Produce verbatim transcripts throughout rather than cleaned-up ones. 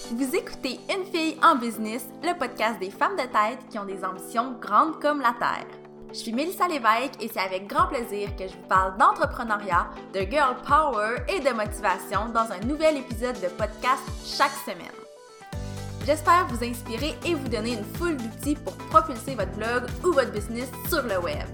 Vous écoutez Une fille en business, le podcast des femmes de tête qui ont des ambitions grandes comme la terre. Je suis Mélissa Lévesque et c'est avec grand plaisir que je vous parle d'entrepreneuriat, de girl power et de motivation dans un nouvel épisode de podcast chaque semaine. J'espère vous inspirer et vous donner une foule d'outils pour propulser votre blog ou votre business sur le web.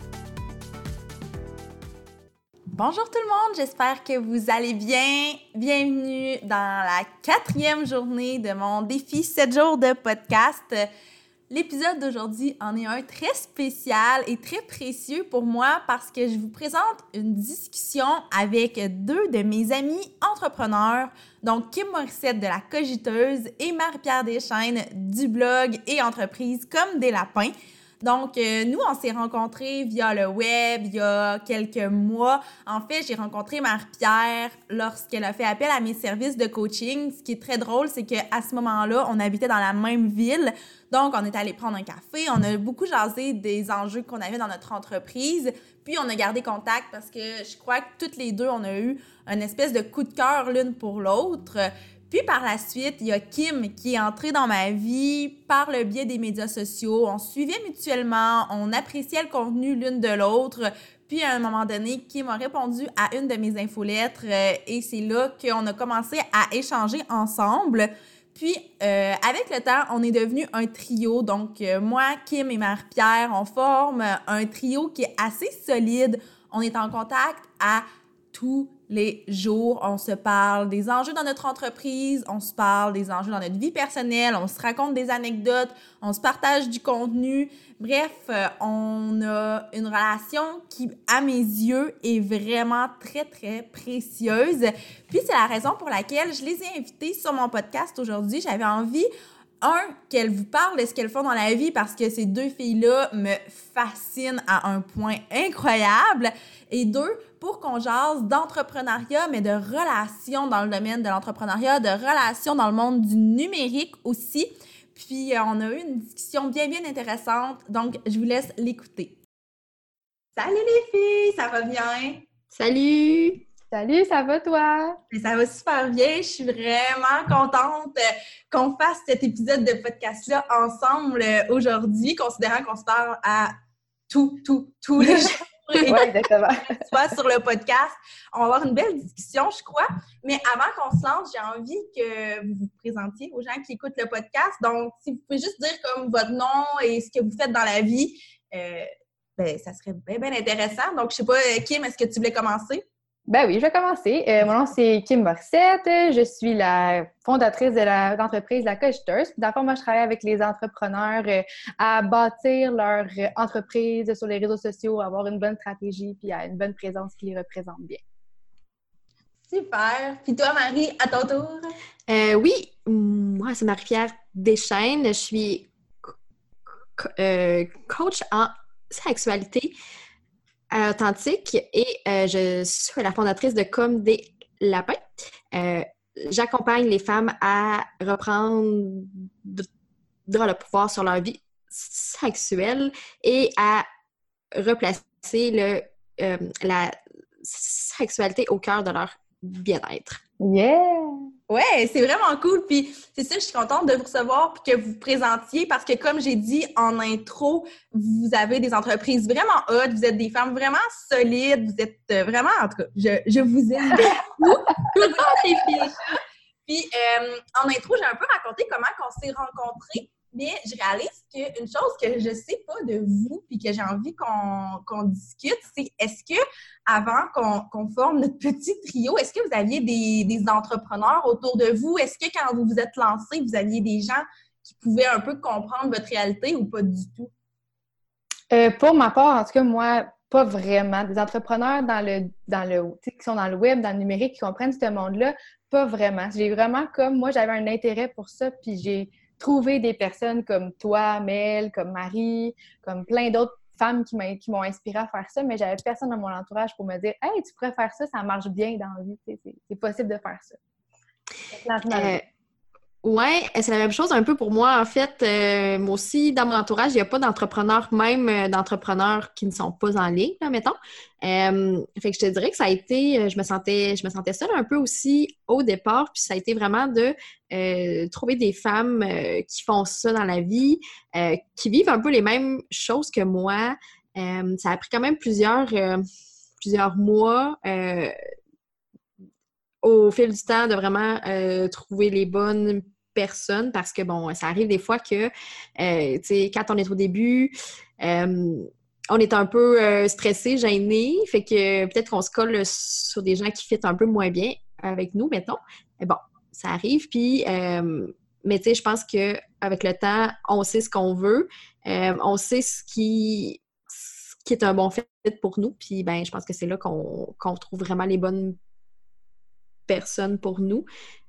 Bonjour tout le monde, j'espère que vous allez bien. Bienvenue dans la quatrième journée de mon défi sept jours de podcast. L'épisode d'aujourd'hui en est un très spécial et très précieux pour moi parce que je vous présente une discussion avec deux de mes amis entrepreneurs, donc Kim Morissette de La Cogiteuse et Marie-Pierre Deschaines du blog et entreprise Comme des lapins. Donc, euh, nous, on s'est rencontrés via le web il y a quelques mois. En fait, j'ai rencontré Marie-Pierre lorsqu'elle a fait appel à mes services de coaching. Ce qui est très drôle, c'est qu'à ce moment-là, on habitait dans la même ville. Donc, on est allé prendre un café. On a beaucoup jasé des enjeux qu'on avait dans notre entreprise. Puis, on a gardé contact parce que je crois que toutes les deux, on a eu une espèce de coup de cœur l'une pour l'autre. Puis par la suite, il y a Kim qui est entrée dans ma vie par le biais des médias sociaux. On se suivait mutuellement, on appréciait le contenu l'une de l'autre. Puis à un moment donné, Kim a répondu à une de mes infolettres euh, et c'est là qu'on a commencé à échanger ensemble. Puis euh, avec le temps, on est devenu un trio. Donc euh, moi, Kim et Marie-Pierre, on forme un trio qui est assez solide. On est en contact à tous les jours, on se parle des enjeux dans notre entreprise, on se parle des enjeux dans notre vie personnelle, on se raconte des anecdotes, on se partage du contenu. Bref, on a une relation qui, à mes yeux, est vraiment très, très précieuse. Puis c'est la raison pour laquelle je les ai invités sur mon podcast aujourd'hui. J'avais envie, un, qu'elles vous parlent de ce qu'elles font dans la vie parce que ces deux filles-là me fascinent à un point incroyable. Et deux, pour qu'on jase d'entrepreneuriat, mais de relations dans le domaine de l'entrepreneuriat, de relations dans le monde du numérique aussi. Puis, euh, on a eu une discussion bien, bien intéressante. Donc, je vous laisse l'écouter. Salut les filles, ça va bien? Salut! Salut, ça va toi? Ça va super bien. Je suis vraiment contente qu'on fasse cet épisode de podcast-là ensemble aujourd'hui, considérant qu'on se parle à tout, tout, tous les jours. Oui, exactement. Soit sur le podcast. On va avoir une belle discussion, je crois. Mais avant qu'on se lance, j'ai envie que vous vous présentiez aux gens qui écoutent le podcast. Donc, si vous pouvez juste dire comme votre nom et ce que vous faites dans la vie, euh, ben, ça serait bien, bien intéressant. Donc, je sais pas, Kim, est-ce que tu voulais commencer? Ben oui, je vais commencer. Euh, mon nom, c'est Kim Morissette. Je suis la fondatrice de la, l'entreprise La Cogiteuse. Dans le fond, moi, je travaille avec les entrepreneurs euh, à bâtir leur euh, entreprise sur les réseaux sociaux, avoir une bonne stratégie puis à une bonne présence qui les représente bien. Super! Puis toi, Marie, à ton tour? Euh, oui, moi, c'est Marie-Pierre Deschaines. Je suis co- euh, coach en sexualité authentique et euh, je suis la fondatrice de Comme des lapins. Euh, j'accompagne les femmes à reprendre le pouvoir sur leur vie sexuelle et à replacer le, euh, la sexualité au cœur de leur bien-être. Yeah! Ouais, c'est vraiment cool. Puis c'est ça, je suis contente de vous recevoir puis que vous vous présentiez parce que comme j'ai dit en intro, vous avez des entreprises vraiment hautes, vous êtes des femmes vraiment solides, vous êtes euh, vraiment, en tout cas, je, je vous aime beaucoup. les filles. Puis euh, en intro, j'ai un peu raconté comment on s'est rencontrés, mais je réalise qu'une chose que je sais pas de vous puis que j'ai envie qu'on, qu'on discute, c'est est-ce que avant qu'on, qu'on forme notre petit trio, est-ce que vous aviez des, des entrepreneurs autour de vous? Est-ce que quand vous vous êtes lancés, vous aviez des gens qui pouvaient un peu comprendre votre réalité ou pas du tout? Euh, pour ma part, en tout cas, moi, pas vraiment. Des entrepreneurs dans le, dans le, tu sais, qui sont dans le web, dans le numérique, qui comprennent ce monde-là, pas vraiment. J'ai vraiment comme, moi, j'avais un intérêt pour ça, puis j'ai trouvé des personnes comme toi, Mel, comme Marie, comme plein d'autres femmes qui, m'a, qui m'ont inspiré à faire ça, mais j'avais personne dans mon entourage pour me dire « Hey, tu pourrais faire ça, ça marche bien dans la vie. » C'est, c'est possible de faire ça. Euh, Ouais, c'est la même chose un peu pour moi. En fait, euh, moi aussi, dans mon entourage, il n'y a pas d'entrepreneurs, même euh, d'entrepreneurs qui ne sont pas en ligne, là, mettons. Euh, fait que je te dirais que ça a été, euh, je me sentais, je me sentais seule un peu aussi au départ, puis ça a été vraiment de euh, trouver des femmes euh, qui font ça dans la vie, euh, qui vivent un peu les mêmes choses que moi. Euh, ça a pris quand même plusieurs, euh, plusieurs mois. Euh, au fil du temps, de vraiment euh, trouver les bonnes personnes parce que, bon, ça arrive des fois que, euh, tu sais, quand on est au début, euh, on est un peu euh, stressé, gêné, fait que peut-être qu'on se colle sur des gens qui fitent un peu moins bien avec nous, mettons. Mais bon, ça arrive, puis... Euh, mais tu sais, je pense qu'avec le temps, on sait ce qu'on veut, euh, on sait ce qui, ce qui est un bon fit pour nous, puis ben, je pense que c'est là qu'on qu'on trouve vraiment les bonnes personne pour nous.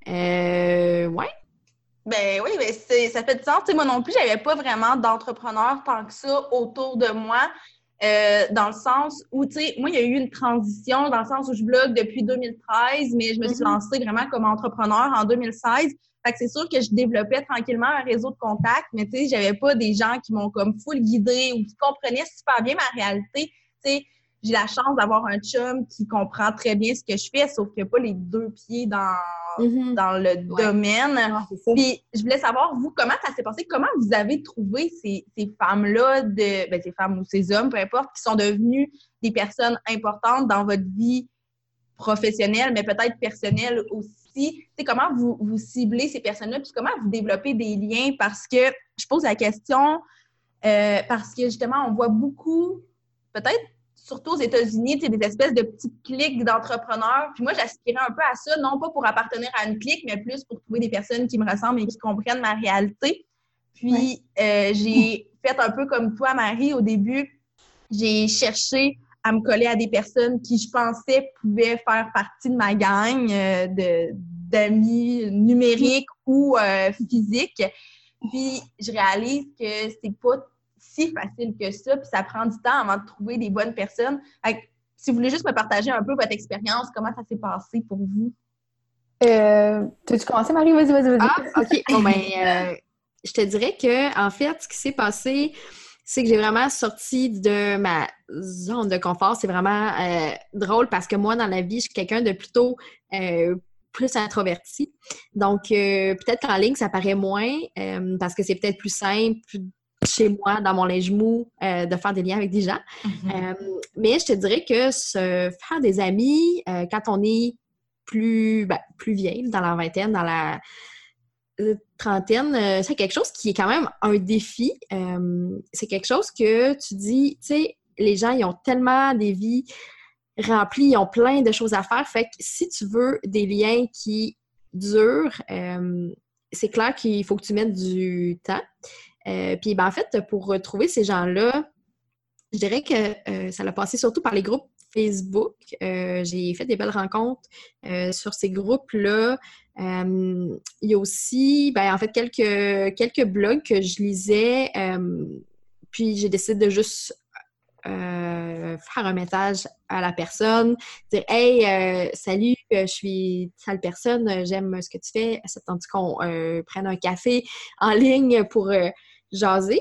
Euh, ouais. Ben oui, ben c'est, ça fait du sens. T'sais, moi non plus, j'avais pas vraiment d'entrepreneurs tant que ça autour de moi, euh, dans le sens où, tu sais, moi, il y a eu une transition dans le sens où je blogue depuis deux mille treize, mais je me suis Mm-hmm. lancée vraiment comme entrepreneur en deux mille seize. Fait que c'est sûr que je développais tranquillement un réseau de contacts, mais tu sais, j'avais pas des gens qui m'ont comme full guidée ou qui comprenaient super bien ma réalité. Tu sais, j'ai la chance d'avoir un chum qui comprend très bien ce que je fais, sauf qu'il n'a pas les deux pieds dans, Mm-hmm. dans le Ouais. domaine. Ah, c'est ça. Puis, je voulais savoir, vous, comment ça s'est passé? Comment vous avez trouvé ces, ces femmes-là, de, ben, ces femmes ou ces hommes, peu importe, qui sont devenus des personnes importantes dans votre vie professionnelle, mais peut-être personnelle aussi? Tu sais, comment vous, vous ciblez ces personnes-là? Puis comment vous développez des liens? Parce que, je pose la question, euh, parce que justement, on voit beaucoup, peut-être surtout aux États-Unis, tu sais, des espèces de petites cliques d'entrepreneurs. Puis moi, j'aspirais un peu à ça, non pas pour appartenir à une clique, mais plus pour trouver des personnes qui me ressemblent et qui comprennent ma réalité. Puis, ouais. euh, j'ai fait un peu comme toi, Marie, au début. J'ai cherché à me coller à des personnes qui, je pensais, pouvaient faire partie de ma gang euh, de, d'amis numériques ou euh, physiques. Puis, je réalise que c'est pas si facile que ça, puis ça prend du temps avant de trouver des bonnes personnes. Fait que, si vous voulez juste me partager un peu votre expérience, comment ça s'est passé pour vous? Euh, tu veux commencer, Marie? Vas-y, vas-y, vas-y. Ah, OK. Bon, ben, euh, je te dirais que, en fait, ce qui s'est passé, c'est que j'ai vraiment sorti de ma zone de confort. C'est vraiment euh, drôle parce que moi, dans la vie, je suis quelqu'un de plutôt euh, plus introverti. Donc, euh, peut-être qu'en ligne, ça paraît moins euh, parce que c'est peut-être plus simple chez moi, dans mon linge mou, euh, de faire des liens avec des gens. Mm-hmm. Euh, mais je te dirais que se faire des amis, euh, quand on est plus, ben, plus vieille, dans la vingtaine, dans la euh, trentaine, euh, c'est quelque chose qui est quand même un défi. Euh, c'est quelque chose que tu dis, tu sais, les gens, ils ont tellement des vies remplies, ils ont plein de choses à faire. Fait que si tu veux des liens qui durent, euh, c'est clair qu'il faut que tu mettes du temps. Euh, puis, ben, en fait, pour retrouver ces gens-là, je dirais que euh, ça l'a passé surtout par les groupes Facebook. Euh, j'ai fait des belles rencontres euh, sur ces groupes-là. Euh, il y a aussi, ben, en fait, quelques, quelques blogs que je lisais. Euh, puis, j'ai décidé de juste euh, faire un message à la personne, dire « Hey, euh, salut, je suis telle personne, j'aime ce que tu fais. Ça te tente qu'on euh, prenne un café en ligne pour euh, jaser? »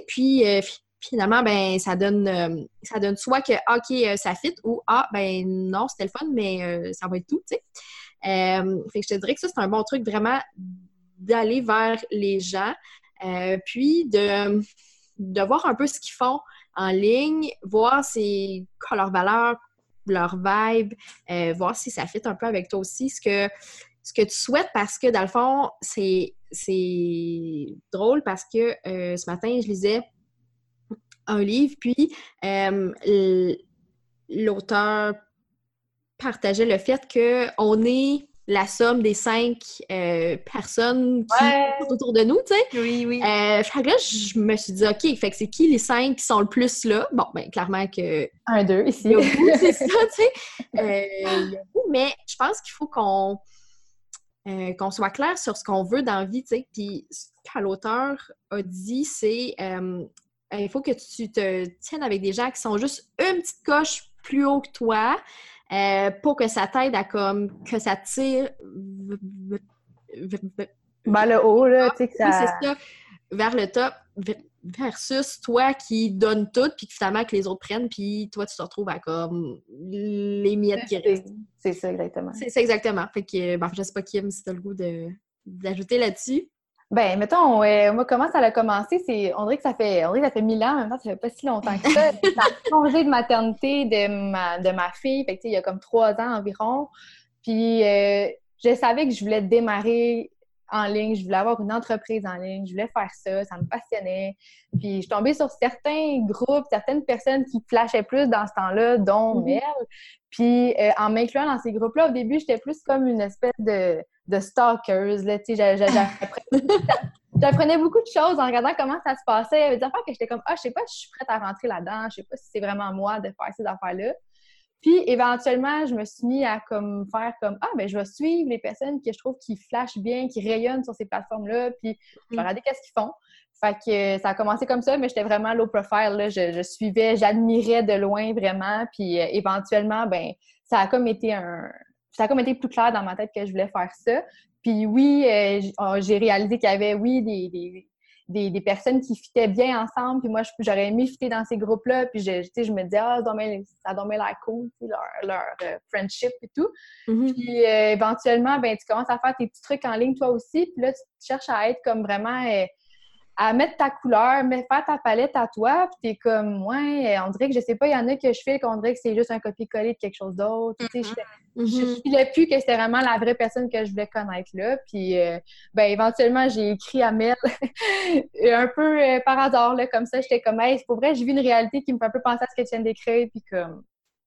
Puis, euh, finalement, ben ça donne euh, ça donne soit que OK, euh, ça fit ou ah ben non, c'était le fun, mais euh, ça va être tout, tu sais. Euh, fait que je te dirais que ça, c'est un bon truc vraiment d'aller vers les gens, euh, puis de, de voir un peu ce qu'ils font en ligne, voir c'est quoi leur valeur, leur vibe, euh, voir si ça fit un peu avec toi aussi, ce que, ce que tu souhaites, parce que dans le fond, c'est, c'est drôle parce que euh, ce matin, je lisais un livre, puis euh, l'auteur partageait le fait qu'on est la somme des cinq euh, personnes qui ouais. sont autour de nous, tu sais. Oui, oui. Euh, fait que là, je me suis dit, OK, fait que c'est qui les cinq qui sont le plus là? Bon, ben clairement que... Un, deux, ici. C'est ça, tu sais. Euh, mais je pense qu'il faut qu'on euh, qu'on soit clair sur ce qu'on veut dans la vie, tu sais. Puis ce que l'auteur a dit, c'est... Euh, il faut que tu te tiennes avec des gens qui sont juste une petite coche plus haut que toi euh, pour que ça t'aide à comme que ça tire vers le haut, là, tu sais, que ça... Oui, c'est ça. Vers le top, versus toi qui donnes tout, puis finalement que les autres prennent, puis toi, tu te retrouves à comme les miettes qui restent. C'est ça, exactement. C'est ça, exactement. Fait que, ben, je sais pas, Kim, si t'as le goût de, d'ajouter là-dessus. Ben, mettons, euh, moi, comment ça a commencé, c'est, on dirait que ça fait, on dirait que ça fait mille ans, en même temps, ça fait pas si longtemps que ça. C'est un congé de maternité de ma, de ma fille, fait que, tu sais, il y a comme trois ans environ. Puis, euh, je savais que je voulais démarrer en ligne, je voulais avoir une entreprise en ligne, je voulais faire ça, ça me passionnait. Puis, je suis tombée sur certains groupes, certaines personnes qui flashaient plus dans ce temps-là, dont Mm-hmm. Mel. Puis, euh, en m'incluant dans ces groupes-là, au début, j'étais plus comme une espèce de, de stalkers, là, tu sais, j'apprenais, j'apprenais beaucoup de choses en regardant comment ça se passait. Il y avait des affaires que j'étais comme, ah, je sais pas si je suis prête à rentrer là-dedans, je sais pas si c'est vraiment moi de faire ces affaires-là. Puis, éventuellement, je me suis mis à comme faire comme, ah, ben je vais suivre les personnes que je trouve qui flashent bien, qui rayonnent sur ces plateformes-là, puis je vais regarder qu'est-ce qu'ils font. Fait que ça a commencé comme ça, mais j'étais vraiment low profile, là. Je, je suivais, j'admirais de loin vraiment, puis euh, éventuellement, ben ça a comme été un... Ça a comme été plus clair dans ma tête que je voulais faire ça. Puis oui, euh, j'ai réalisé qu'il y avait, oui, des... des Des, des personnes qui fitaient bien ensemble, puis moi, j'aurais aimé fitter dans ces groupes-là, puis je, je me disais, ah, ça a donné l'air cool, leur, leur uh, friendship et tout. Mm-hmm. Puis euh, éventuellement, ben tu commences à faire tes petits trucs en ligne toi aussi, puis là, tu cherches à être comme vraiment, euh, à mettre ta couleur, mais faire ta palette à toi, puis t'es comme, ouais, on dirait que je sais pas, il y en a que je fais qu'on dirait que c'est juste un copier-coller de quelque chose d'autre, tu sais, je ne filais plus que c'était vraiment la vraie personne que je voulais connaître là, puis euh, ben éventuellement, j'ai écrit à Mel un peu euh, par hasard, là, comme ça, j'étais comme, hey, c'est pour vrai, j'ai vu une réalité qui me fait un peu penser à ce que tu viens d'écrire, puis comme,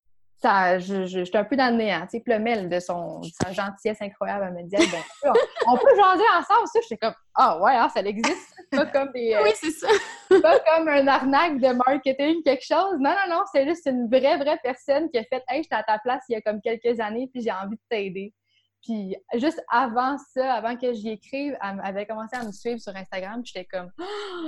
ça, je, je, j'étais un peu dans le néant, tu sais, puis le Mel, de son, de sa gentillesse incroyable, elle me disait, ben, on, on peut jaser ensemble, ça, j'étais comme, ah ouais, hein, ça existe, c'est pas comme des... Euh, oui, c'est ça! pas comme un arnaque de marketing, quelque chose, non, non, non, c'est juste une vraie, vraie personne qui a fait, hey, j'étais à ta place il y a comme quelques années, puis j'ai envie de t'aider. Puis juste avant ça, avant que j'y écrive, elle avait commencé à me suivre sur Instagram. Puis j'étais comme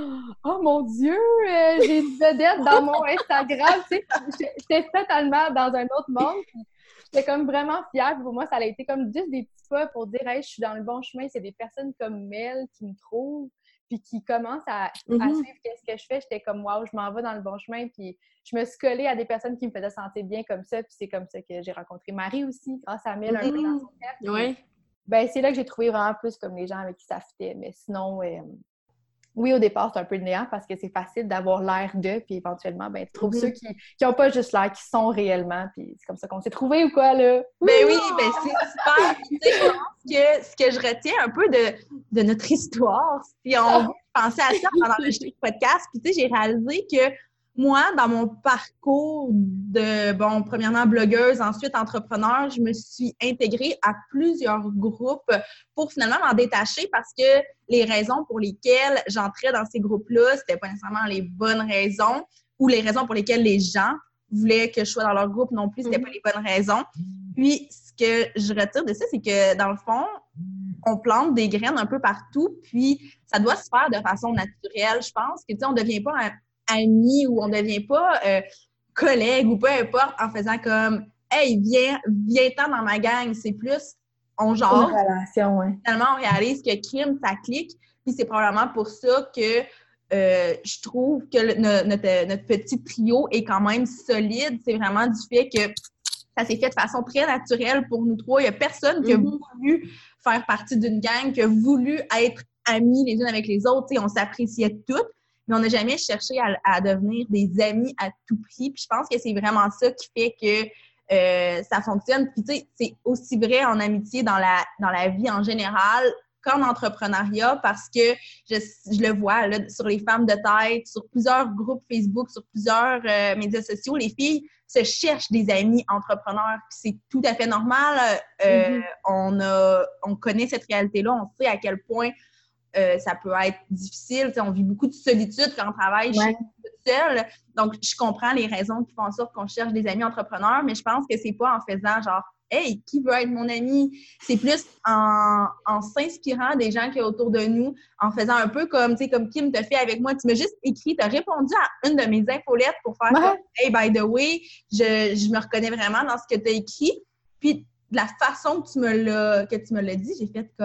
« Oh mon Dieu! Euh, j'ai une vedette dans mon Instagram! » Tu sais, j'étais totalement dans un autre monde. Puis j'étais comme vraiment fière. Puis pour moi, ça a été comme juste des petits pas pour dire « Hey, je suis dans le bon chemin. » C'est des personnes comme Mel qui me trouvent puis qui commencent à, mm-hmm. à suivre qu'est-ce que je fais. J'étais comme « Wow, je m'en vais dans le bon chemin. » Puis je me suis collée à des personnes qui me faisaient sentir bien comme ça. Puis c'est comme ça que j'ai rencontré Marie aussi, grâce à Mel, mm-hmm. un peu dans son cas. Oui. Ben, c'est là que j'ai trouvé vraiment plus comme les gens avec qui ça fitait. Mais sinon, euh, oui, au départ, c'est un peu le néant parce que c'est facile d'avoir l'air d'eux. Puis éventuellement, ben, tu trouves mm-hmm. ceux qui n'ont pas juste l'air, qui sont réellement. Puis c'est comme ça qu'on s'est trouvés ou quoi, là? Ben oui, ben c'est super. Tu sais, je pense que ce que je retiens un peu de, de notre histoire, si on pensait à ça pendant le podcast, puis tu sais, j'ai réalisé que moi, dans mon parcours de, bon, premièrement blogueuse, ensuite entrepreneur, je me suis intégrée à plusieurs groupes pour finalement m'en détacher parce que les raisons pour lesquelles j'entrais dans ces groupes-là, c'était pas nécessairement les bonnes raisons ou les raisons pour lesquelles les gens voulaient que je sois dans leur groupe non plus, c'était mm-hmm. pas les bonnes raisons. Puis, ce que je retire de ça, c'est que, dans le fond, on plante des graines un peu partout, puis ça doit se faire de façon naturelle. Je pense que, tu sais, on devient pas un amis ou on ne devient pas euh, collègue ou peu importe en faisant comme « Hey, viens, viens-t'en dans ma gang ». C'est plus, on genre. Une relation, oui. Finalement, on réalise que crime, ça clique. Puis c'est probablement pour ça que euh, je trouve que le, notre, notre petit trio est quand même solide. C'est vraiment du fait que ça s'est fait de façon très naturelle pour nous trois. Il n'y a personne qui a mm-hmm. voulu faire partie d'une gang, qui a voulu être amis les unes avec les autres. T'sais, on s'appréciait toutes. Mais on n'a jamais cherché à, à devenir des amis à tout prix. Puis je pense que c'est vraiment ça qui fait que euh, ça fonctionne. Puis tu sais, c'est aussi vrai en amitié dans la, dans la vie en général qu'en entrepreneuriat parce que je, je le vois là, sur les femmes de tête, sur plusieurs groupes Facebook, sur plusieurs euh, médias sociaux, les filles se cherchent des amis entrepreneurs. Puis c'est tout à fait normal. Euh, mm-hmm. on, a, on connaît cette réalité-là. On sait à quel point Euh, ça peut être difficile. T'sais, on vit beaucoup de solitude quand on travaille ouais. chez nous toute seule. Donc, je comprends les raisons qui font en sorte qu'on cherche des amis entrepreneurs, mais je pense que c'est pas en faisant genre « Hey, qui veut être mon ami? » C'est plus en, en s'inspirant des gens qui sont autour de nous, en faisant un peu comme, tu sais, comme Kim t'a fait avec moi. Tu m'as juste écrit, tu as répondu à une de mes infolettes pour faire ouais. comme « Hey, by the way, je, je me reconnais vraiment dans ce que tu as écrit. » Puis, de la façon que tu me l'as, que tu me l'as dit, j'ai fait comme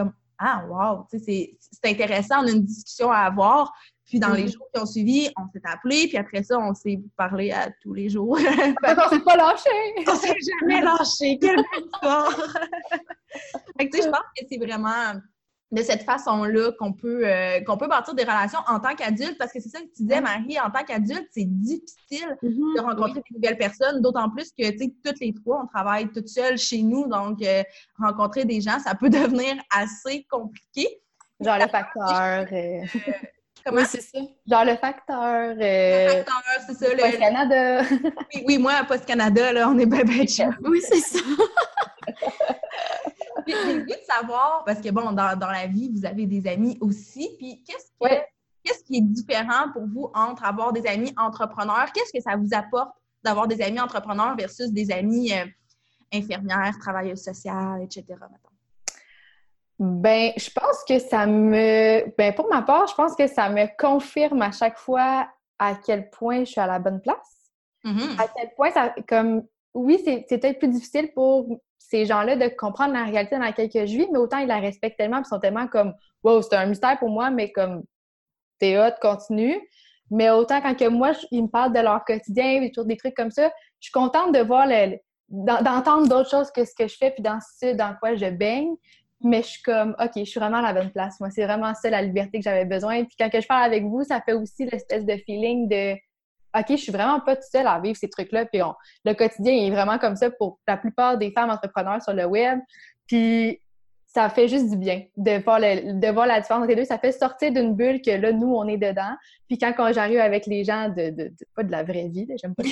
ah, wow, tu sais, c'est, c'est intéressant, on a une discussion à avoir. Puis dans les jours qui ont suivi, on s'est appelé, puis après ça, on s'est parlé à tous les jours. on s'est pas lâché! On s'est jamais lâché! Quelle belle histoire! Fait que, tu sais, je pense que c'est vraiment de cette façon-là qu'on peut, euh, qu'on peut bâtir des relations en tant qu'adulte, parce que c'est ça que tu disais, Marie, en tant qu'adulte, c'est difficile Mm-hmm. de rencontrer des nouvelles personnes, d'autant plus que, tu sais, toutes les trois, on travaille toutes seules chez nous, donc euh, rencontrer des gens, ça peut devenir assez compliqué. Genre le facteur... Euh... Comment? Oui, c'est ça. Genre le facteur... Euh... Le facteur, c'est ça. Post Le Canada. oui, oui, moi, à Post Canada, là, on est ben ben chill. Oui, c'est ça. Puis, j'ai envie de savoir, parce que bon, dans, dans la vie, vous avez des amis aussi, puis qu'est-ce que, Ouais. qu'est-ce qui est différent pour vous entre avoir des amis entrepreneurs? Qu'est-ce que ça vous apporte d'avoir des amis entrepreneurs versus des amis euh, infirmières, travailleuses sociales, et cetera, mettons? Ben, je pense que ça me... Ben, pour ma part, je pense que ça me confirme à chaque fois à quel point je suis à la bonne place. Mm-hmm. À quel point ça... Comme... Oui, c'est, c'est peut-être plus difficile pour ces gens-là de comprendre la réalité dans laquelle je vis, mais autant ils la respectent tellement et sont tellement comme « Wow, c'est un mystère pour moi, mais comme t'es hot, continue. » Mais autant quand que moi, je, ils me parlent de leur quotidien, des, des trucs comme ça, je suis contente de voir, le, d'entendre d'autres choses que ce que je fais puis dans ce dans quoi je baigne. Mais je suis comme, OK, je suis vraiment à la bonne place. Moi, c'est vraiment ça, la liberté que j'avais besoin. Puis quand que je parle avec vous, ça fait aussi l'espèce de feeling de, OK, je suis vraiment pas toute seule à vivre ces trucs-là. Puis on, le quotidien est vraiment comme ça pour la plupart des femmes entrepreneurs sur le web. Puis ça fait juste du bien de voir, le, de voir la différence entre les deux. Ça fait sortir d'une bulle que là, nous, on est dedans. Puis quand, quand j'arrive avec les gens de, de, de pas de la vraie vie, là, j'aime pas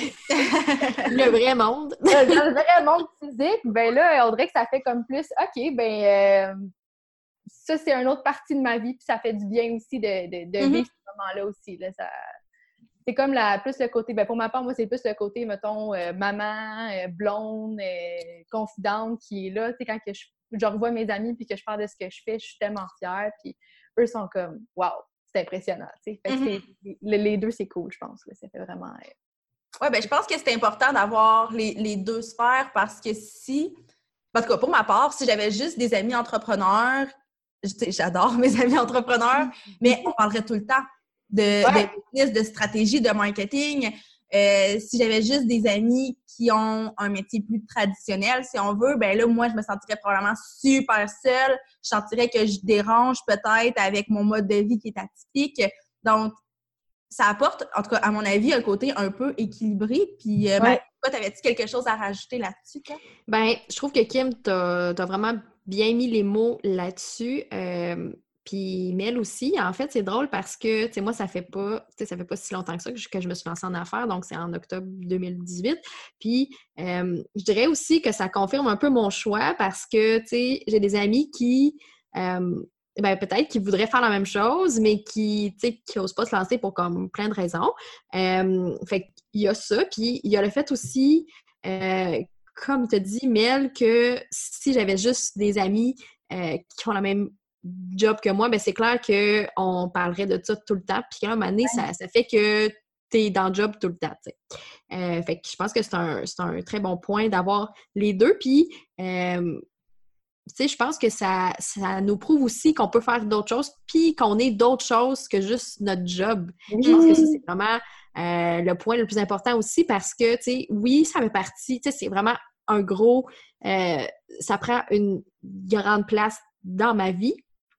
le vrai monde. le vrai monde physique, ben là, on dirait que ça fait comme plus, OK, ben euh, ça, c'est une autre partie de ma vie, puis ça fait du bien aussi de, de, de mm-hmm. vivre ce moment-là aussi. Là, ça... C'est comme la, plus le côté, ben pour ma part, moi, c'est plus le côté, mettons, euh, maman, euh, blonde, euh, confidente qui est là. Tu sais, quand que je, je revois mes amis puis que je parle de ce que je fais, je suis tellement fière. Puis eux sont comme, wow, c'est impressionnant. Tu sais. Fait que mm-hmm. c'est, les, les deux, c'est cool, je pense. Là. Ça fait vraiment. Euh... Oui, bien, je pense que c'est important d'avoir les, les deux sphères parce que si, en tout cas, pour ma part, si j'avais juste des amis entrepreneurs, j'adore mes amis entrepreneurs, mais on parlerait tout le temps de, ouais. de business, de stratégie, de marketing. Euh, si j'avais juste des amis qui ont un métier plus traditionnel, si on veut, ben là, moi, je me sentirais probablement super seule. Je sentirais que je dérange peut-être avec mon mode de vie qui est atypique. Donc, ça apporte, en tout cas, à mon avis, un côté un peu équilibré. Puis, euh, ouais. ben, toi, t'avais-tu quelque chose à rajouter là-dessus, toi? Ben, je trouve que Kim, t'as, t'as vraiment bien mis les mots là-dessus. Euh, puis Mel aussi. En fait, c'est drôle parce que, tu sais, moi, ça fait pas, tu sais, ça fait pas si longtemps que ça que je, que je me suis lancée en affaires. Donc, c'est en octobre deux mille dix-huit. Puis, euh, je dirais aussi que ça confirme un peu mon choix parce que, tu sais, j'ai des amis qui... Euh, ben, peut-être qu'ils voudraient faire la même chose, mais qui, tu sais, qui n'osent pas se lancer pour comme plein de raisons. Euh, fait qu'il y a ça. Puis il y a le fait aussi, euh, comme tu as dit, Mel, que si j'avais juste des amis euh, qui ont la même job que moi, ben c'est clair qu'on parlerait de ça tout le temps. Puis à un moment donné, ça, ça fait que tu es dans le job tout le temps, tu sais. Euh, fait que je pense que c'est un, c'est un très bon point d'avoir les deux. Puis... Euh, tu sais, je pense que ça, ça nous prouve aussi qu'on peut faire d'autres choses puis qu'on est d'autres choses que juste notre job. Oui. Je pense que ça, c'est vraiment euh, le point le plus important aussi parce que, tu sais, oui, ça fait partie, tu sais, c'est vraiment un gros... Euh, ça prend une grande place dans ma vie.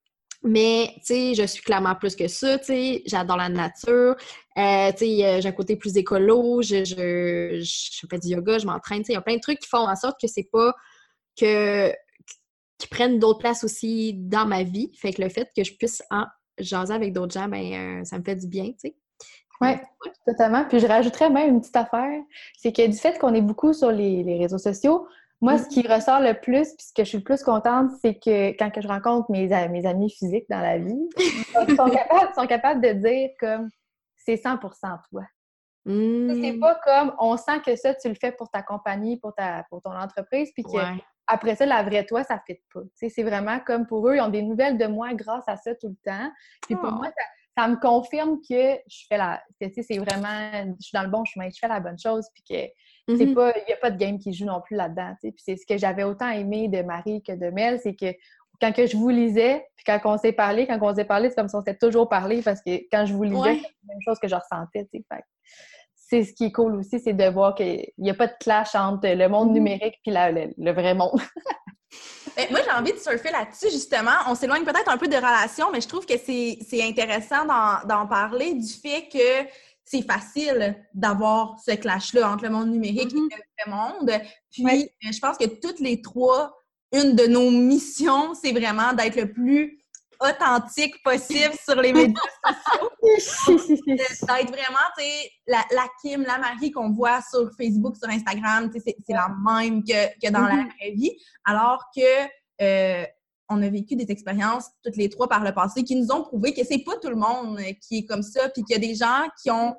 Mais, tu sais, je suis clairement plus que ça, tu sais, j'adore la nature, euh, tu sais, j'ai un côté plus écolo, je, je, je fais du yoga, je m'entraîne, tu sais, il y a plein de trucs qui font en sorte que c'est pas que... qui prennent d'autres places aussi dans ma vie. Fait que le fait que je puisse en jaser avec d'autres gens, ben euh, ça me fait du bien, tu sais. Oui, ouais. Totalement. Puis je rajouterais même une petite affaire, c'est que du fait qu'on est beaucoup sur les, les réseaux sociaux, moi, mm-hmm. ce qui ressort le plus, puis ce que je suis le plus contente, c'est que quand que je rencontre mes, mes amis physiques dans la vie, ils sont capables, sont capables de dire comme c'est cent pour cent toi. Mm. C'est pas comme on sent que ça, tu le fais pour ta compagnie, pour, ta, pour ton entreprise, puis que ouais. Après ça, la vraie toi, ça ne fit pas. T'sais, c'est vraiment comme pour eux, ils ont des nouvelles de moi grâce à ça tout le temps. Puis pour oh. moi, ça, ça me confirme que je fais la... Que, c'est vraiment... Je suis dans le bon chemin, je fais la bonne chose, puis que mm-hmm. c'est pas... Il n'y a pas de game qui joue non plus là-dedans. T'sais. Puis c'est ce que j'avais autant aimé de Marie que de Mel, c'est que quand que je vous lisais, puis quand on s'est parlé, quand on s'est parlé, c'est comme si on s'était toujours parlé parce que quand je vous lisais, Ouais. c'est la même chose que je ressentais, tu sais. Fait que c'est ce qui est cool aussi, c'est de voir qu'il n'y a pas de clash entre le monde Mm-hmm. numérique puis la- le, le vrai monde. Ben, moi, j'ai envie de surfer là-dessus, justement. On s'éloigne peut-être un peu de relations, mais je trouve que c'est, c'est intéressant d'en, d'en parler du fait que c'est facile d'avoir ce clash-là entre le monde numérique Mm-hmm. et le vrai monde. Puis, Ouais. euh, je pense que toutes les trois, une de nos missions, c'est vraiment d'être le plus authentique possible sur les médias sociaux. D'être vraiment, tu sais, la, la Kim, la Marie qu'on voit sur Facebook, sur Instagram, tu sais, c'est, c'est la même que, que dans la vraie vie. Alors que euh, on a vécu des expériences, toutes les trois par le passé, qui nous ont prouvé que c'est pas tout le monde qui est comme ça, puis qu'il y a des gens qui ont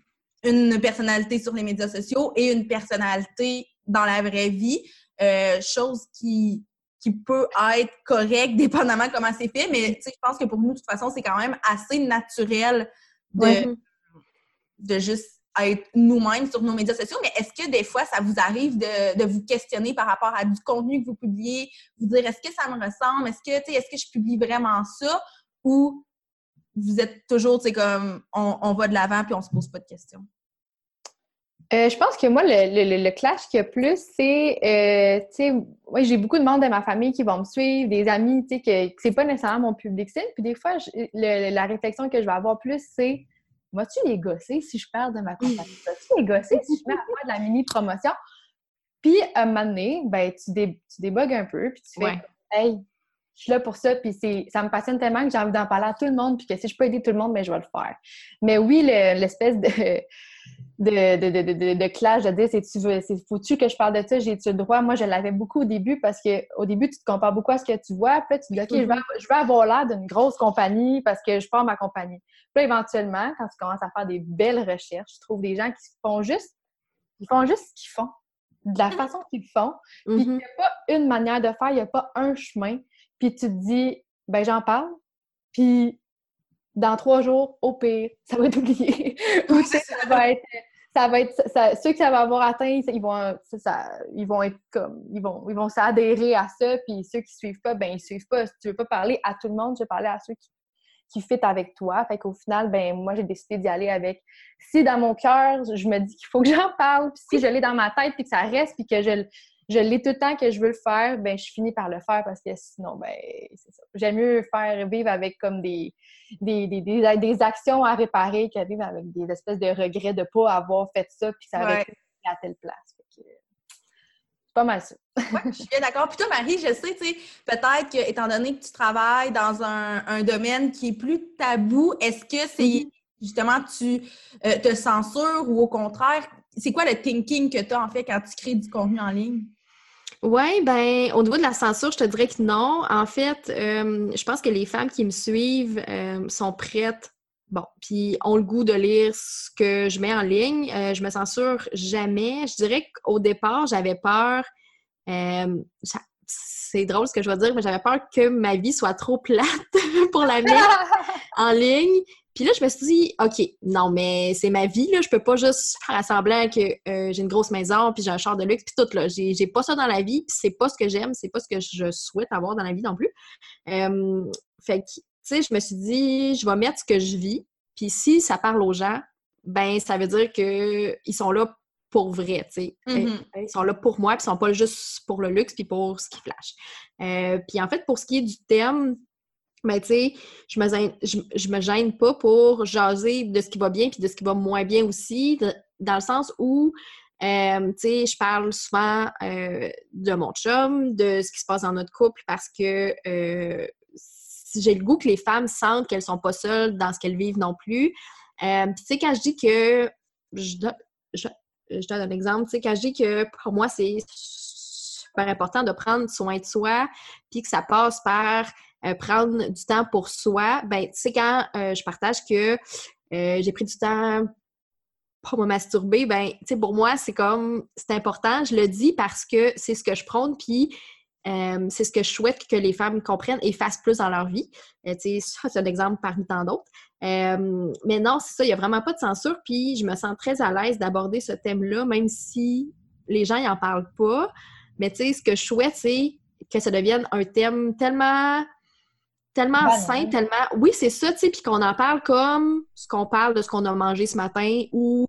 une personnalité sur les médias sociaux et une personnalité dans la vraie vie, euh, chose qui qui peut être correcte, dépendamment comment c'est fait, mais tu sais, je pense que pour nous, de toute façon, c'est quand même assez naturel de, Ouais. de juste être nous-mêmes sur nos médias sociaux. Mais est-ce que des fois, ça vous arrive de, de vous questionner par rapport à du contenu que vous publiez, vous dire est-ce que ça me ressemble, est-ce que, tu sais, est-ce que je publie vraiment ça, ou vous êtes toujours, tu sais, comme on, on va de l'avant puis on se pose pas de questions? Euh, je pense que moi, le, le, le clash qu'il y a plus, c'est, euh, tu sais, ouais, j'ai beaucoup de monde de ma famille qui vont me suivre, des amis, tu sais, que, que c'est pas nécessairement mon public cible. Puis des fois, je, le, la réflexion que je vais avoir plus, c'est « Vas-tu les gosser si je parle de ma compagnie? Vas-tu les gosser si je mets à faire de la mini-promotion? » Puis, à un moment donné, ben, tu, dé, tu débugs un peu, puis tu fais Ouais. « Hey, je suis là pour ça, puis c'est, ça me passionne tellement que j'ai envie d'en parler à tout le monde, puis que si je peux aider tout le monde, ben, je vais le faire. » Mais oui, le, l'espèce de... De, de, de, de, de clash, de dire c'est tu veux, c'est foutu que je parle de ça, j'ai-tu le droit? Moi, je l'avais beaucoup au début parce qu'au début, tu te compares beaucoup à ce que tu vois. Puis là, tu te dis, OK, je veux, je veux avoir l'air d'une grosse compagnie parce que je pars ma compagnie. Puis là, éventuellement, quand tu commences à faire des belles recherches, tu trouves des gens qui font juste, ils font juste ce qu'ils font, de la façon qu'ils le font. Puis il n'y a pas une manière de faire, il n'y a pas un chemin. Puis tu te dis, ben j'en parle. Puis dans trois jours, au pire, ça va être oublié. Ou tu sais, ça va être... Ça va être ça, ceux que ça va avoir atteint, ils vont ça, ça, ils vont être comme ils vont ils vont s'adhérer à ça, puis ceux qui suivent pas, ben ils suivent pas. Si tu veux pas parler à tout le monde, je vais parler à ceux qui qui fit avec toi. Fait qu'au final, ben moi j'ai décidé d'y aller avec si dans mon cœur, je me dis qu'il faut que j'en parle, puis si je l'ai dans ma tête puis que ça reste puis que je je l'ai tout le temps que je veux le faire, ben je finis par le faire parce que sinon, ben c'est ça. J'aime mieux faire vivre avec comme des, des, des, des, des actions à réparer que vivre avec des espèces de regrets de ne pas avoir fait ça puis ça aurait Ouais. été à telle place. Fait que, c'est pas mal ça. Oui, je suis bien d'accord. Puis toi, Marie, je sais, tu sais, peut-être que, étant donné que tu travailles dans un, un domaine qui est plus tabou, est-ce que c'est mm-hmm. justement tu euh, te censures ou au contraire, c'est quoi le thinking que tu as en fait quand tu crées du contenu en ligne? Oui, ben au niveau de la censure, je te dirais que non. En fait, euh, je pense que les femmes qui me suivent euh, sont prêtes, bon, puis ont le goût de lire ce que je mets en ligne. Euh, je me censure jamais. Je dirais qu'au départ, j'avais peur. Euh, ça, c'est drôle ce que je vais dire, mais j'avais peur que ma vie soit trop plate pour la mettre en ligne. Puis là, je me suis dit, OK, non, mais c'est ma vie, là. Je peux pas juste faire semblant que euh, j'ai une grosse maison, puis j'ai un char de luxe, puis tout, là. J'ai, j'ai pas ça dans la vie, puis c'est pas ce que j'aime, c'est pas ce que je souhaite avoir dans la vie non plus. Euh, fait que, tu sais, je me suis dit, je vais mettre ce que je vis, puis si ça parle aux gens, ben ça veut dire qu'ils sont là pour vrai, tu sais. Mm-hmm. Ils sont là pour moi, puis ils sont pas juste pour le luxe, puis pour ce qui flash. Euh, puis en fait, pour ce qui est du thème, ben, tu sais, je me gêne, je, je me gêne pas pour jaser de ce qui va bien puis de ce qui va moins bien aussi, de, dans le sens où, euh, tu sais, je parle souvent euh, de mon chum, de ce qui se passe dans notre couple parce que euh, j'ai le goût que les femmes sentent qu'elles sont pas seules dans ce qu'elles vivent non plus. Euh, puis, tu sais, quand je dis que... Je, je, je donne un exemple, tu sais, quand je dis que pour moi, c'est super important de prendre soin de soi puis que ça passe par... Euh, prendre du temps pour soi, ben tu sais, quand euh, je partage que euh, j'ai pris du temps pour me masturber, ben tu sais, pour moi, c'est comme, c'est important, je le dis parce que c'est ce que je prône, puis euh, c'est ce que je souhaite que les femmes comprennent et fassent plus dans leur vie. Euh, tu sais, ça, c'est un exemple parmi tant d'autres. Euh, mais non, c'est ça, il n'y a vraiment pas de censure, puis je me sens très à l'aise d'aborder ce thème-là, même si les gens n'en parlent pas. Mais tu sais, ce que je souhaite, c'est que ça devienne un thème tellement... tellement Banal. sain, tellement... Oui, c'est ça, tu sais, puis qu'on en parle comme ce qu'on parle de ce qu'on a mangé ce matin ou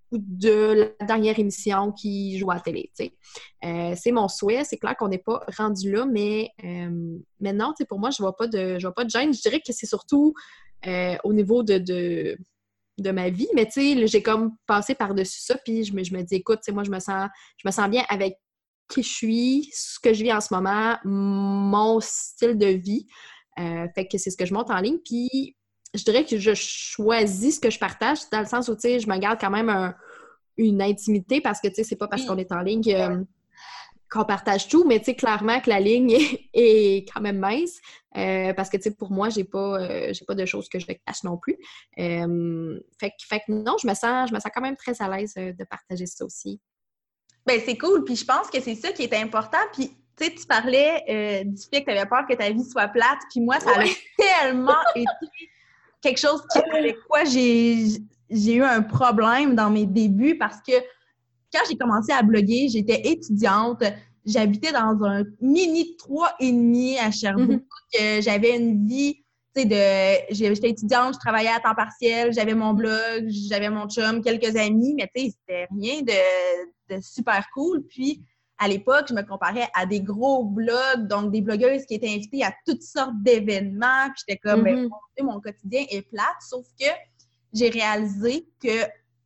de la dernière émission qui joue à la télé, tu sais. Euh, c'est mon souhait, c'est clair qu'on n'est pas rendu là, mais, euh, mais non, tu sais, pour moi, je vois pas de je vois pas de gêne. Je dirais que c'est surtout euh, au niveau de, de, de ma vie, mais tu sais, j'ai comme passé par-dessus ça, puis je me, je me dis, écoute, tu sais, moi, je me sens je me sens bien avec qui je suis, ce que je vis en ce moment, mon style de vie. Euh, fait que c'est ce que je monte en ligne. Puis, je dirais que je choisis ce que je partage, dans le sens où, tu sais, je me garde quand même un, une intimité parce que, tu sais, c'est pas parce qu'on est en ligne que, qu'on partage tout, mais tu sais, clairement que la ligne est, est quand même mince euh, parce que, tu sais, pour moi, j'ai pas, euh, j'ai pas de choses que je cache non plus. Euh, fait, que, fait que non, je me sens, je me sens quand même très à l'aise euh, de partager ça aussi. Ben c'est cool, puis je pense que c'est ça qui est important, puis tu sais, tu parlais euh, du fait que tu avais peur que ta vie soit plate, puis moi, ça Ouais. a tellement été quelque chose qui, avec quoi j'ai, j'ai eu un problème dans mes débuts, parce que quand j'ai commencé à bloguer, j'étais étudiante, j'habitais dans un mini trois et demi à Sherbrooke, mm-hmm. J'avais une vie, tu sais, de, j'étais étudiante, je travaillais à temps partiel, j'avais mon blog, j'avais mon chum, quelques amis, mais tu sais, c'était rien de, de super cool. Puis, à l'époque, je me comparais à des gros blogs, donc des blogueuses qui étaient invitées à toutes sortes d'événements, puis j'étais comme, mm-hmm. ben, mon quotidien est plate, sauf que j'ai réalisé que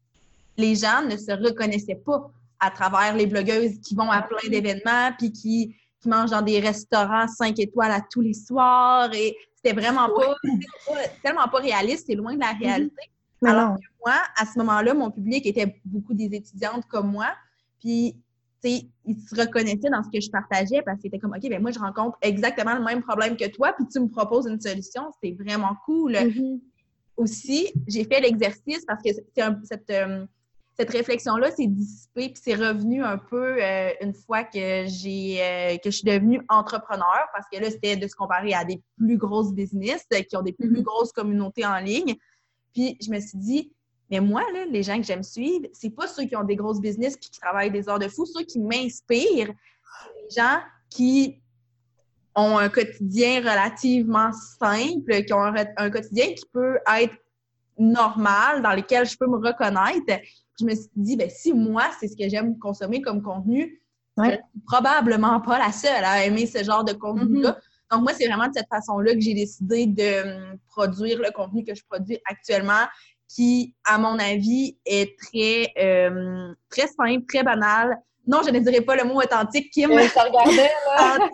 les gens ne se reconnaissaient pas à travers les blogueuses qui vont à plein d'événements puis qui, qui mangent dans des restaurants cinq étoiles à tous les soirs. Et c'était vraiment pas, pas tellement pas réaliste, c'est loin de la réalité. Mm-hmm. Alors non. que moi, à ce moment-là, mon public était beaucoup des étudiantes comme moi. Puis, tu sais, ils se reconnaissaient dans ce que je partageais parce qu'ils étaient comme, OK, ben moi, je rencontre exactement le même problème que toi, puis tu me proposes une solution. C'est vraiment cool. Mm-hmm. Aussi, j'ai fait l'exercice parce que c'est un, cette... Euh, Cette réflexion-là s'est dissipée puis c'est revenu un peu euh, une fois que j'ai euh, que je suis devenue entrepreneur parce que là, c'était de se comparer à des plus grosses business euh, qui ont des plus mm-hmm. grosses communautés en ligne. Puis je me suis dit, mais moi, là, les gens que j'aime suivre, c'est pas ceux qui ont des grosses business puis qui travaillent des heures de fou, ceux qui m'inspirent, c'est les gens qui ont un quotidien relativement simple, qui ont un, un quotidien qui peut être normal, dans lequel je peux me reconnaître. Je me suis dit, ben si moi, c'est ce que j'aime consommer comme contenu, ouais. je suis probablement pas la seule à aimer ce genre de contenu-là. Mm-hmm. Donc, moi, c'est vraiment de cette façon-là que j'ai décidé de um, produire le contenu que je produis actuellement, qui, à mon avis, est très, euh, très simple, très banal. Non, je ne dirais pas le mot authentique, Kim. Je te regardais, là.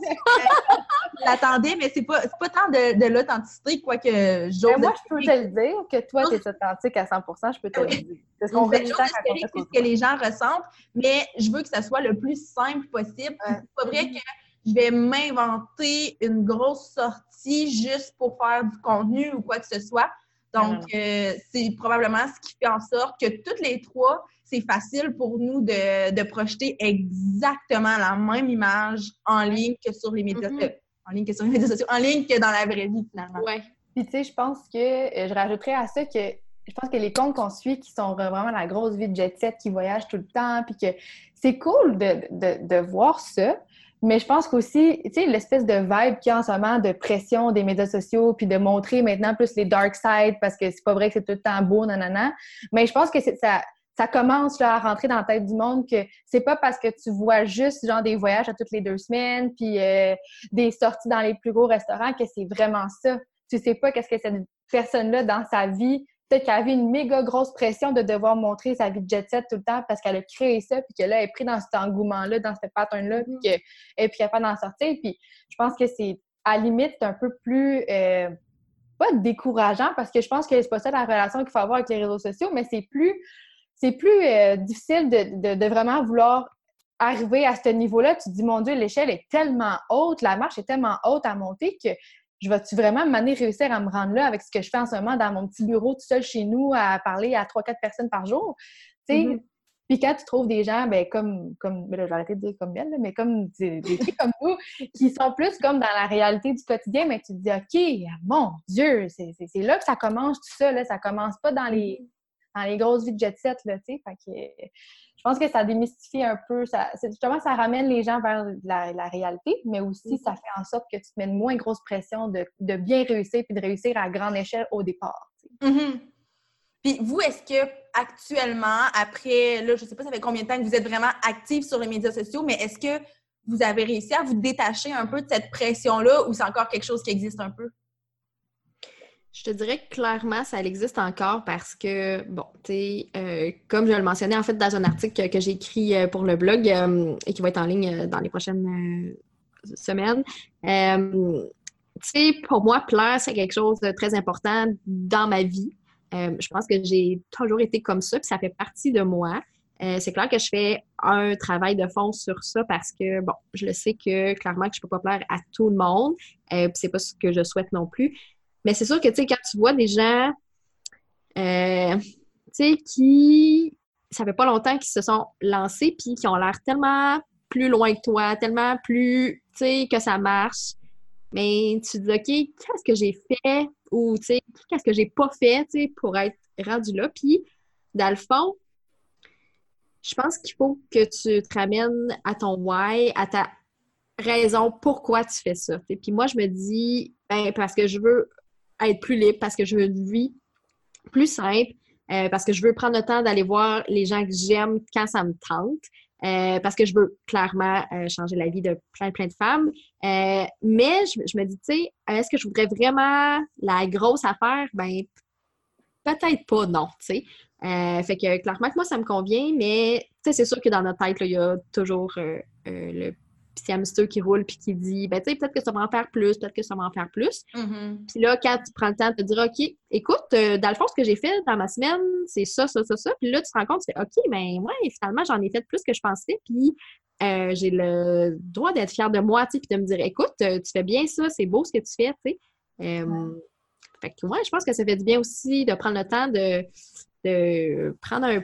Je l'attendais, mais c'est pas, c'est pas tant de, de l'authenticité, quoique j'ose... Moi, je peux te le dire, que toi, tu es authentique à cent pour cent, je peux te oui. le dire. C'est ce qu'on veut j'ose espérer que c'est ce que les gens ressentent, mais je veux que ça soit le plus simple possible. Ouais. C'est pas vrai que je vais m'inventer une grosse sortie juste pour faire du contenu ou quoi que ce soit. Donc, euh, c'est probablement ce qui fait en sorte que toutes les trois, c'est facile pour nous de, de projeter exactement la même image en ligne que sur les médias mm-hmm. euh, en ligne que sur les médias sociaux, en ligne que dans la vraie vie, finalement. Ouais. Puis, tu sais, je pense que euh, je rajouterais à ça que je pense que les comptes qu'on suit qui sont vraiment la grosse vie de jet-set, qui voyagent tout le temps, puis que c'est cool de, de, de voir ça. Mais je pense qu'aussi, tu sais, l'espèce de vibe qu'il y a en ce moment de pression des médias sociaux, puis de montrer maintenant plus les dark sides, parce que c'est pas vrai que c'est tout le temps beau, nanana. Mais je pense que c'est, ça, ça commence là, à rentrer dans la tête du monde que c'est pas parce que tu vois juste genre des voyages à toutes les deux semaines, puis euh, des sorties dans les plus gros restaurants, que c'est vraiment ça. Tu sais pas qu'est-ce que cette personne-là, dans sa vie, peut-être qu'elle avait une méga grosse pression de devoir montrer sa vie de jet-set tout le temps parce qu'elle a créé ça, puis que là, elle est prise dans cet engouement-là, dans ce pattern-là, puis qu'elle est plus capable d'en sortir. Puis je pense que c'est, à la limite, c'est un peu plus, euh, pas décourageant, parce que je pense que c'est pas ça la relation qu'il faut avoir avec les réseaux sociaux, mais c'est plus, c'est plus euh, difficile de, de, de vraiment vouloir arriver à ce niveau-là. Tu te dis, mon Dieu, l'échelle est tellement haute, la marche est tellement haute à monter que je vais-tu vraiment m'amener réussir à me rendre là avec ce que je fais en ce moment dans mon petit bureau tout seul chez nous à parler à trois quatre personnes par jour? Tu sais, mm-hmm. Puis quand tu trouves des gens, ben comme, comme ben là, je vais arrêter de dire comme elle, là, mais comme des, des filles comme nous, qui sont plus comme dans la réalité du quotidien, mais tu te dis, OK, mon Dieu, c'est, c'est, c'est là que ça commence tout ça, là, ça commence pas dans les, dans les grosses vies de jet-set, là, tu sais. Fait que je pense que ça démystifie un peu, ça, justement, ça ramène les gens vers la, la réalité, mais aussi, ça fait en sorte que tu te mets une moins grosse pression de, de bien réussir puis de réussir à grande échelle au départ. Mm-hmm. Puis vous, est-ce que actuellement, après, là, je sais pas, ça fait combien de temps que vous êtes vraiment active sur les médias sociaux, mais est-ce que vous avez réussi à vous détacher un peu de cette pression-là ou c'est encore quelque chose qui existe un peu? Je te dirais que clairement, ça existe encore parce que, bon, tu sais, euh, comme je le mentionnais en fait dans un article que, que j'ai écrit euh, pour le blog euh, et qui va être en ligne euh, dans les prochaines euh, semaines, euh, tu sais, pour moi, plaire, c'est quelque chose de très important dans ma vie. Euh, je pense que j'ai toujours été comme ça, puis ça fait partie de moi. Euh, c'est clair que je fais un travail de fond sur ça parce que, bon, je le sais que clairement que je peux pas plaire à tout le monde, euh, puis c'est pas ce que je souhaite non plus. Mais c'est sûr que, tu sais, quand tu vois des gens, euh, tu sais, qui, ça fait pas longtemps qu'ils se sont lancés puis qui ont l'air tellement plus loin que toi, tellement plus, tu sais, que ça marche, mais tu te dis, OK, qu'est-ce que j'ai fait ou, tu sais, qu'est-ce que j'ai pas fait, tu sais, pour être rendu là? Puis, dans le fond, je pense qu'il faut que tu te ramènes à ton why, à ta raison pourquoi tu fais ça. T'sais. Puis moi, je me dis, ben, parce que je veux être plus libre, parce que je veux une vie plus simple, euh, parce que je veux prendre le temps d'aller voir les gens que j'aime quand ça me tente, euh, parce que je veux clairement euh, changer la vie de plein, plein de femmes. Euh, mais je, je me dis, tu sais, est-ce que je voudrais vraiment la grosse affaire? Ben, peut-être pas, non, tu sais. Euh, fait que clairement que moi, ça me convient, mais tu sais, c'est sûr que dans notre tête, il y a toujours euh, euh, le petit hamster qui roule puis qui dit, ben tu sais, peut-être que ça va en faire plus, peut-être que ça va en faire plus. Mm-hmm. Puis là, quand tu prends le temps de te dire, OK, écoute, euh, dans le fond, ce que j'ai fait dans ma semaine, c'est ça, ça, ça, ça. Puis là, tu te rends compte, tu fais, OK, ben ouais, finalement, j'en ai fait plus que je pensais, puis euh, j'ai le droit d'être fière de moi, tu sais, puis de me dire, écoute, euh, tu fais bien ça, c'est beau ce que tu fais, tu sais. Euh, ouais. Fait que, ouais, je pense que ça fait du bien aussi de prendre le temps de, de prendre un,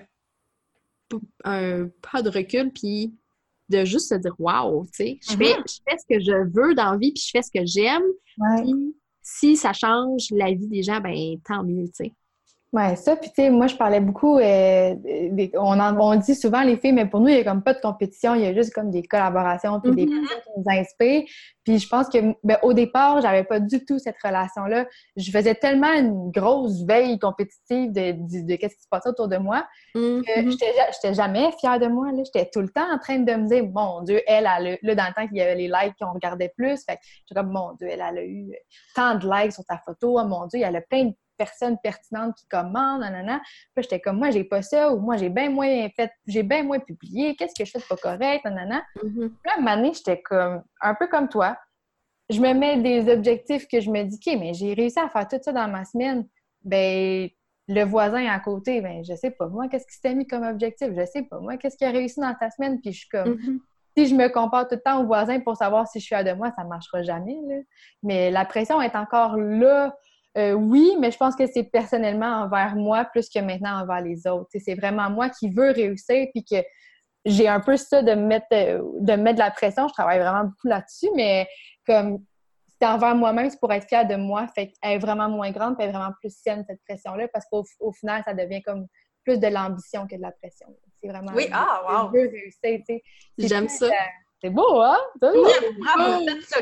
un pas de recul, puis de juste se dire « wow », tu sais, je, mm-hmm. fais, je fais ce que je veux dans la vie, puis je fais ce que j'aime, ouais. Puis si ça change la vie des gens, ben tant mieux, tu sais. Ouais, ça, puis tu sais, moi, je parlais beaucoup, euh, des, on, en, on dit souvent les filles, mais pour nous, il n'y a comme pas de compétition, il y a juste comme des collaborations, puis mm-hmm. des personnes qui nous inspirent. Puis je pense que, ben, au départ, j'avais pas du tout cette relation-là. Je faisais tellement une grosse veille compétitive de, de, de, de qu'est-ce qui se passait autour de moi, mm-hmm. que j'étais, j'étais jamais fière de moi, là. J'étais tout le temps en train de me dire, mon Dieu, elle, elle a, là, dans le temps qu'il y avait les likes qu'on regardait plus, fait que j'étais comme, mon Dieu, elle, elle a eu tant de likes sur ta photo, oh mon Dieu, elle a plein de personnes pertinentes qui commandent, nanana. Puis j'étais comme, moi, j'ai pas ça, ou moi, j'ai bien moins fait, j'ai bien moins publié, qu'est-ce que je fais de pas correct, nanana. Mm-hmm. Puis là, à un moment donné, j'étais comme, un peu comme toi, je me mets des objectifs que je me dis, OK, mais j'ai réussi à faire tout ça dans ma semaine. Ben, le voisin à côté, ben, je sais pas, moi, qu'est-ce qui s'était mis comme objectif? Je sais pas, moi, qu'est-ce qui a réussi dans ta semaine? Puis je suis comme, mm-hmm. si je me compare tout le temps au voisin pour savoir si je suis fière de moi, ça marchera jamais, là. Mais la pression est encore là. Euh, oui, mais je pense que c'est personnellement envers moi plus que maintenant envers les autres. T'sais, c'est vraiment moi qui veux réussir puis que j'ai un peu ça de mettre, de mettre de la pression. Je travaille vraiment beaucoup là-dessus, mais comme c'est envers moi-même, c'est pour être fière de moi. Fait qu'elle est vraiment moins grande puis elle est vraiment plus saine, cette pression-là, parce qu'au au final, ça devient comme plus de l'ambition que de la pression. C'est vraiment... Oui, ah, wow! Je veux réussir, tu sais. J'aime plus, ça. Euh, C'est beau, hein? C'est beau. Oui, bravo!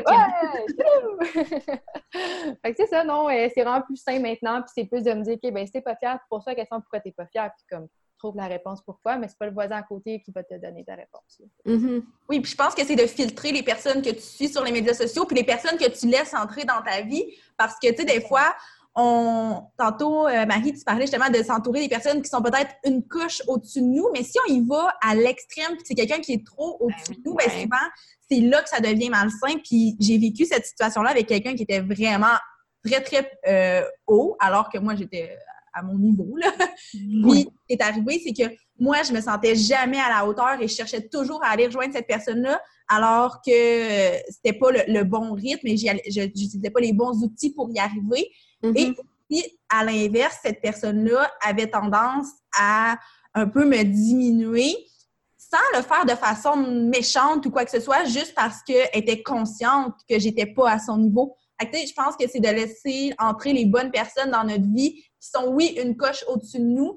Ouais, fait que c'est ça, non, c'est vraiment plus sain maintenant, puis c'est plus de me dire, OK, ben si t'es pas fière, c'est pour ça la question, pourquoi t'es pas fière, puis comme, trouve la réponse pourquoi, mais c'est pas le voisin à côté qui va te donner ta réponse. Mm-hmm. Oui, puis je pense que c'est de filtrer les personnes que tu suis sur les médias sociaux, puis les personnes que tu laisses entrer dans ta vie, parce que, tu sais, des fois, on... Tantôt, euh, Marie, tu parlais justement de s'entourer des personnes qui sont peut-être une couche au-dessus de nous, mais si on y va à l'extrême, puis c'est quelqu'un qui est trop au-dessus de nous, ouais. bien souvent, c'est là que ça devient malsain. Puis j'ai vécu cette situation-là avec quelqu'un qui était vraiment très, très euh, haut, alors que moi, j'étais à mon niveau, là. Oui. Puis ce qui est arrivé, c'est que moi, je me sentais jamais à la hauteur et je cherchais toujours à aller rejoindre cette personne-là, alors que euh, c'était pas le, le bon rythme et je n'utilisais pas les bons outils pour y arriver. Mm-hmm. Et puis, à l'inverse, cette personne-là avait tendance à un peu me diminuer sans le faire de façon méchante ou quoi que ce soit, juste parce qu'elle était consciente que j'étais pas à son niveau. Fait que, je pense que c'est de laisser entrer les bonnes personnes dans notre vie qui sont, oui, une coche au-dessus de nous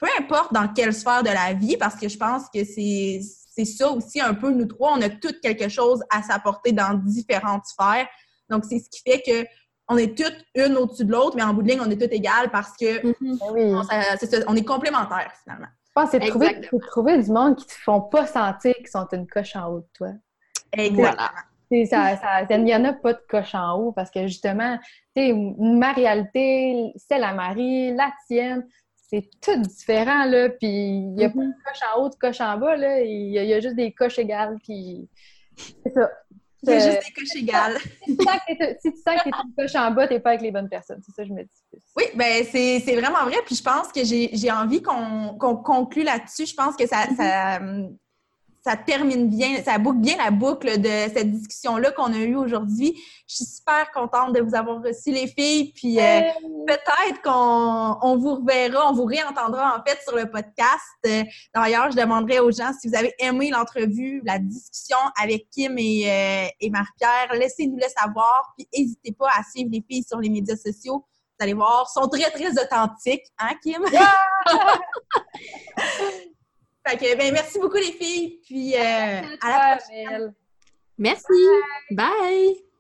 peu importe dans quelle sphère de la vie, parce que je pense que c'est, c'est ça aussi un peu, nous trois, on a toutes quelque chose à s'apporter dans différentes sphères. Donc, c'est ce qui fait que on est toutes une au-dessus de l'autre, mais en bout de ligne, on est toutes égales parce que Mhm. Oui. on, ça- c'est ça, on est complémentaires, finalement. Je pense que c'est de trouver, Exactement. c'est de trouver du monde qui te font pas sentir qu'ils sont une coche en haut de toi. Exactement. Voilà. Ça, ça, il n'y en a pas de coche en haut parce que justement, tu sais, ma réalité, celle à Marie, la tienne, c'est tout différent, là. Puis il n'y a Mhm. pas de coche en haut, de coche en bas, là. Il y a, il y a juste des coches égales, puis c'est ça. Il y a C'est- juste des coches égales. Si tu sens que t'es- si tu sens que tu es une coche en bas, tu n'es pas avec les bonnes personnes. C'est ça que je me dis. Oui, ben c'est, c'est vraiment vrai. Puis je pense que j'ai, j'ai envie qu'on, qu'on conclue là-dessus. Je pense que ça, ça, ça termine bien, ça boucle bien la boucle de cette discussion-là qu'on a eue aujourd'hui. Je suis super contente de vous avoir reçu, les filles. Puis euh, Hey! peut-être qu'on on vous reverra, on vous réentendra en fait sur le podcast. Euh, D'ailleurs, je demanderai aux gens si vous avez aimé l'entrevue, la discussion avec Kim et, euh, et Marie-Pierre, laissez-nous le savoir. Puis n'hésitez pas à suivre les filles sur les médias sociaux. Vous allez voir, sont très, très authentiques. Hein, Kim? Fait que, ben, merci beaucoup, les filles. Puis, euh, à la prochaine. Belle. Merci. Bye.